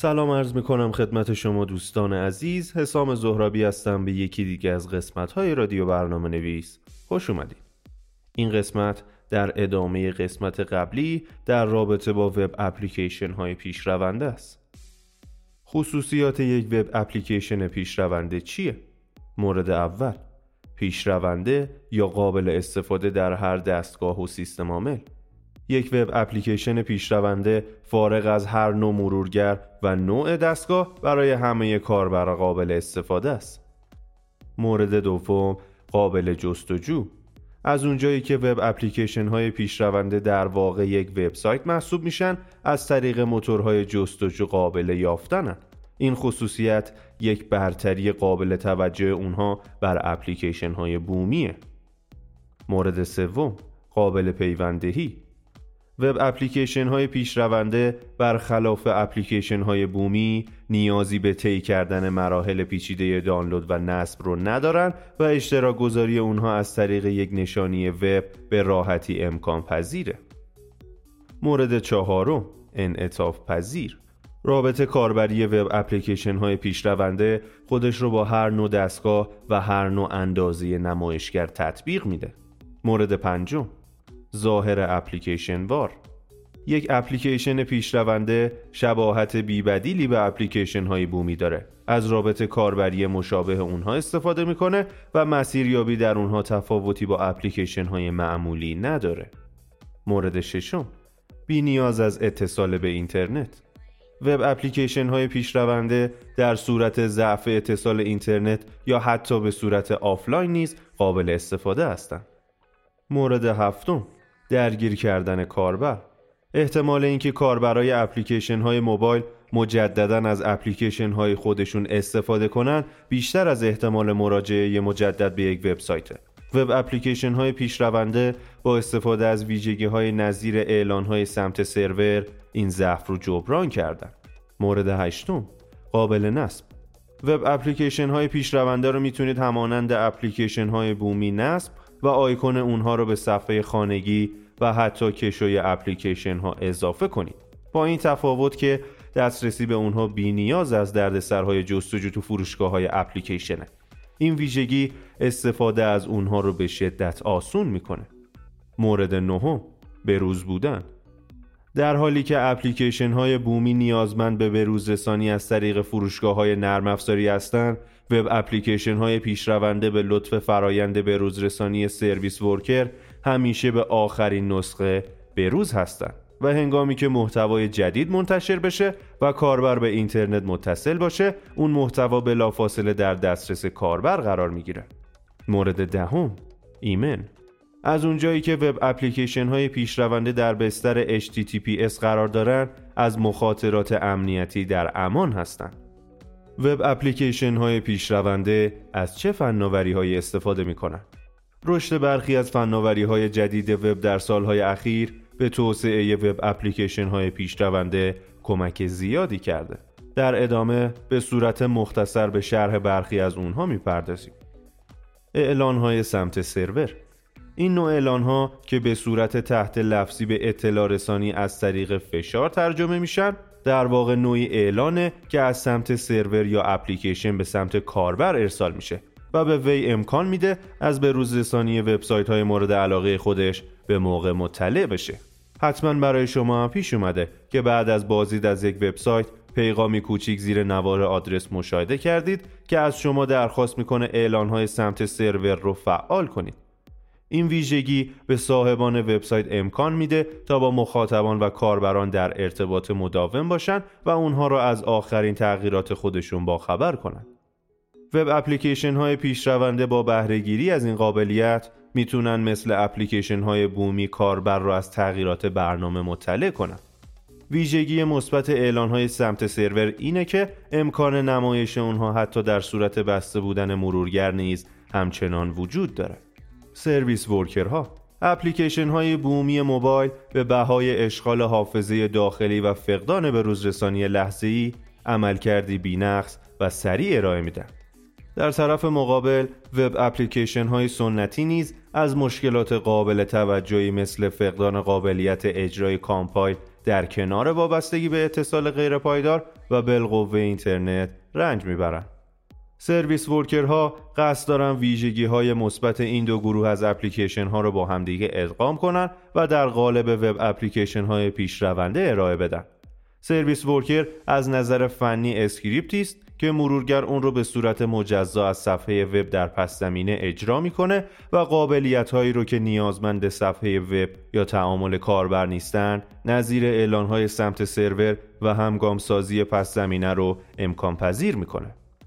سلام عرض میکنم خدمت شما دوستان عزیز. حسام زهرابی هستم به یکی دیگه از قسمت‌های رادیو برنامه نویس. خوش اومدید. این قسمت در ادامه قسمت قبلی در رابطه با وب اپلیکیشن های پیشرونده است. خصوصیات یک وب اپلیکیشن پیشرونده چیه؟ مورد اول، پیشرونده یا قابل استفاده در هر دستگاه و سیستم عامل. یک وب اپلیکیشن پیشرونده فارغ از هر نوع مرورگر و نوع دستگاه برای همه کاربران قابل استفاده است. مورد دوم، قابل جستجو. از اونجایی که وب اپلیکیشن های پیشرونده در واقع یک وبسایت محسوب میشن، از طریق موتورهای جستجو قابل یافتنن. این خصوصیت یک برتری قابل توجه اونها بر اپلیکیشن های بومیه. مورد سوم، قابل پیوندهی. وب اپلیکیشن های پیشرونده برخلاف اپلیکیشن های بومی نیازی به طی کردن مراحل پیچیده دانلود و نصب رو ندارن و اشتراک گذاری اونها از طریق یک نشانی وب به راحتی امکان پذیره. مورد چهارم، انعطاف پذیر. رابط کاربری وب اپلیکیشن های پیشرونده خودش رو با هر نوع دستگاه و هر نوع اندازه نمایشگر تطبیق میده. مورد پنجم، ظاهر اپلیکیشن وار. یک اپلیکیشن پیشرونده شباهت بی‌بدیلی به اپلیکیشن های بومی داره. از رابط کاربری مشابه اونها استفاده میکنه و مسیریابی در اونها تفاوتی با اپلیکیشن های معمولی نداره. مورد ششم، بی نیاز از اتصال به اینترنت. وب اپلیکیشن های پیشرونده در صورت ضعف اتصال اینترنت یا حتی به صورت آفلاین نیز قابل استفاده هستند. مورد هفتم، درگیر کردن کاربر. احتمال اینکه کاربرای اپلیکیشن های موبایل مجدداً از اپلیکیشن های خودشون استفاده کنن بیشتر از احتمال مراجعه مجدد به یک وبسایته. وب اپلیکیشن های پیشرونده با استفاده از ویژگی های نظیر اعلان های سمت سرور این ضعف رو جبران کردن. مورد هشتم، قابل نصب. وب اپلیکیشن های پیشرونده رو میتونید همانند اپلیکیشن های بومی نصب و آیکون اونها رو به صفحه خانگی و حتی کشوی اپلیکیشن ها اضافه کنید. با این تفاوت که دسترسی به اونها بی نیاز از دردسرهای جستجو تو فروشگاه های اپلیکیشنه. این ویژگی استفاده از اونها رو به شدت آسون میکنه. مورد نهم، بروز بودن. در حالی که اپلیکیشن های بومی نیازمند به بروز رسانی از طریق فروشگاه های نرم افزاری هستند، وب اپلیکیشن های پیشرونده به لطف فرایند بروز رسانی سرویس ورکر همیشه به آخرین نسخه بروز هستند و هنگامی که محتوای جدید منتشر بشه و کاربر به اینترنت متصل باشه، اون محتوا بلافاصله در دسترس کاربر قرار میگیره. مورد دهم، ایمن. از اونجایی که وب اپلیکیشن های پیشرونده در بستر HTTPS قرار دارن، از مخاطرات امنیتی در امان هستند. وب اپلیکیشن های پیشرونده از چه فناوری های استفاده می کنند؟ رشد برخی از فناوری های جدید وب در سالهای اخیر به توسعه وب اپلیکیشن های پیشرونده کمک زیادی کرده. در ادامه به صورت مختصر به شرح برخی از اونها می پردازیم. اعلان های سمت سرور. این نوع اعلان ها که به صورت تحت لفظی به اطلاع رسانی از طریق فشار ترجمه میشن، در واقع نوعی اعلانه که از سمت سرور یا اپلیکیشن به سمت کاربر ارسال میشه و به وی امکان میده از بروز رسانی وبسایت های مورد علاقه خودش به موقع مطلع بشه. حتما برای شما هم پیش اومده که بعد از بازدید از یک وبسایت پیغامی کوچیک زیر نوار آدرس مشاهده کردید که از شما درخواست میکنه اعلان های سمت سرور رو فعال کنید. این ویژگی به صاحبان وبسایت امکان میده تا با مخاطبان و کاربران در ارتباط مداوم باشن و اونها را از آخرین تغییرات خودشون باخبر کنن. وب اپلیکیشن های پیشرونده با بهره‌گیری از این قابلیت میتونن مثل اپلیکیشن های بومی کاربر را از تغییرات برنامه مطلع کنن. ویژگی مثبت اعلان های سمت سرور اینه که امکان نمایش اونها حتی در صورت بسته بودن مرورگر نیز همچنان وجود داره. سرویس ورکرها. اپلیکیشن های بومی موبایل به بهای اشغال حافظه داخلی و فقدان بروز رسانی لحظه‌ای عملکردی بی‌نقص و سریع ارائه میدن. در طرف مقابل وب اپلیکیشن های سنتی نیز از مشکلات قابل توجهی مثل فقدان قابلیت اجرای کامپایل در کنار وابستگی به اتصال غیر پایدار و بالقوه اینترنت رنج میبرند. سرویس ورکرها قصد دارن ویژگی‌های مثبت این دو گروه از اپلیکیشن‌ها رو با همدیگه ادغام کنن و در قالب وب اپلیکیشن‌های پیشرونده ارائه بدن. سرویس ورکر از نظر فنی اسکریپتی است که مرورگر اون رو به صورت مجزا از صفحه وب در پس زمینه اجرا میکنه و قابلیت‌هایی رو که نیازمند صفحه وب یا تعامل کاربر نیستن، نظیر اعلان‌های سمت سرور و همگام‌سازی پس زمینه رو امکان پذیر میکنه.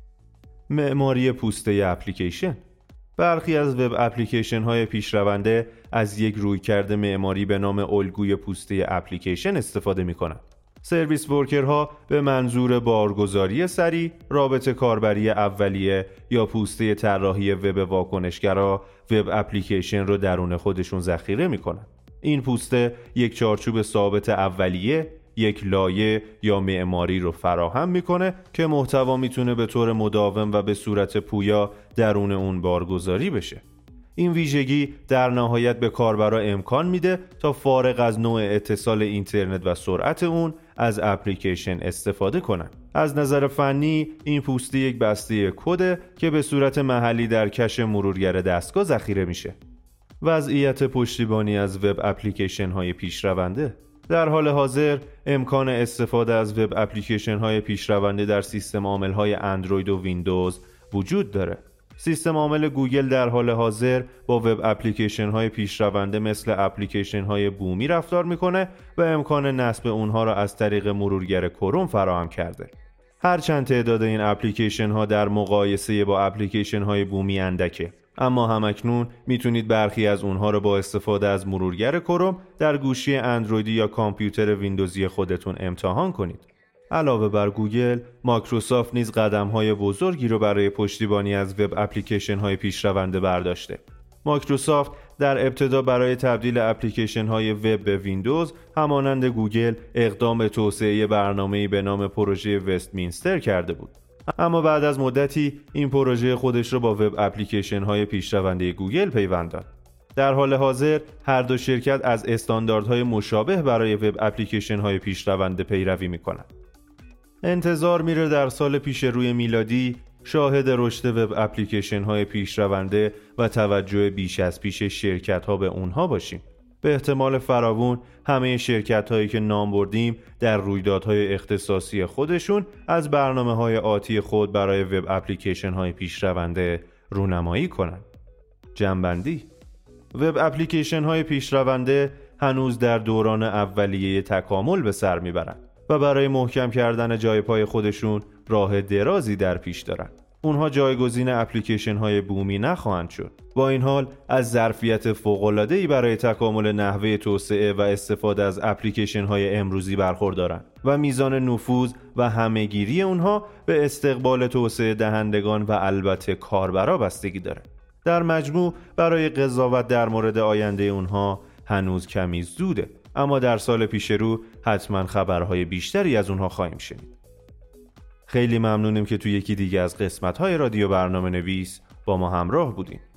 معماری پوسته اپلیکیشن. برخی از وب اپلیکیشن های پیشرونده از یک رویکرد معماری به نام الگوی پوسته اپلیکیشن استفاده می کنند. سرویس ورکرها به منظور بارگذاری سریع، رابط کاربری اولیه یا پوسته طراحی وب واکنشگرا وب اپلیکیشن رو درون خودشون ذخیره می کنند. این پوسته یک چارچوب ثابت اولیه، یک لایه یا معماری رو فراهم میکنه که محتوا میتونه به طور مداوم و به صورت پویا درون اون بارگذاری بشه. این ویژگی در نهایت به کاربرا امکان میده تا فارغ از نوع اتصال اینترنت و سرعت اون از اپلیکیشن استفاده کنن. از نظر فنی این پوسته یک بسته کده که به صورت محلی در کش مرورگر دستگاه ذخیره میشه. وضعیت پشتیبانی از وب اپلیکیشن های پیشرونده. در حال حاضر امکان استفاده از وب اپلیکیشن های پیشرونده در سیستم عامل های اندروید و ویندوز وجود داره. سیستم عامل گوگل در حال حاضر با وب اپلیکیشن های پیشرونده مثل اپلیکیشن های بومی رفتار میکنه و امکان نصب اونها را از طریق مرورگر کروم فراهم کرده. هرچند تعداد این اپلیکیشن ها در مقایسه با اپلیکیشن های بومی اندکه، اما همکنون میتونید برخی از اونها رو با استفاده از مرورگر کروم در گوشی اندرویدی یا کامپیوتر ویندوزی خودتون امتحان کنید. علاوه بر گوگل، مایکروسافت نیز قدم‌های بزرگی رو برای پشتیبانی از وب اپلیکیشن‌های پیشرونده برداشته. مایکروسافت در ابتدا برای تبدیل اپلیکیشن‌های وب به ویندوز همانند گوگل اقدام به توسعه برنامه‌ای به نام پروژه وستمینستر کرده بود. اما بعد از مدتی این پروژه خودش رو با وب اپلیکیشن‌های پیشرونده گوگل پیوند داد. در حال حاضر هر دو شرکت از استانداردهای مشابه برای وب اپلیکیشن‌های پیشرونده پیروی می‌کنند. انتظار میره در سال پیش روی میلادی شاهد رشد وب اپلیکیشن‌های پیشرونده و توجه بیش از پیش شرکت‌ها به اونها باشیم. به احتمال فراوون همه شرکت‌هایی که نام بردیم در رویدادهای اختصاصی خودشون از برنامه‌های آتی خود برای وب اپلیکیشن‌های پیشرونده رونمایی کنند. جمع‌بندی: وب اپلیکیشن‌های پیشرونده هنوز در دوران اولیه تکامل به سر میبرند و برای محکم کردن جای پای خودشون راه درازی در پیش دارند. اونها جایگزین اپلیکیشن‌های بومی نخواهند شد. با این حال از ظرفیت فوق‌العاده‌ای برای تکامل نحوه توسعه و استفاده از اپلیکیشن‌های امروزی برخوردارند و میزان نفوذ و همه‌گیری اونها به استقبال توسعه دهندگان و البته کاربرا بستگی داره. در مجموع برای قضاوت در مورد آینده اونها هنوز کمی زوده، اما در سال پیش رو حتما خبرهای بیشتری از اونها خواهیم شنید. خیلی ممنونیم که توی یکی دیگه از قسمت‌های رادیو برنامه نویس با ما همراه بودین.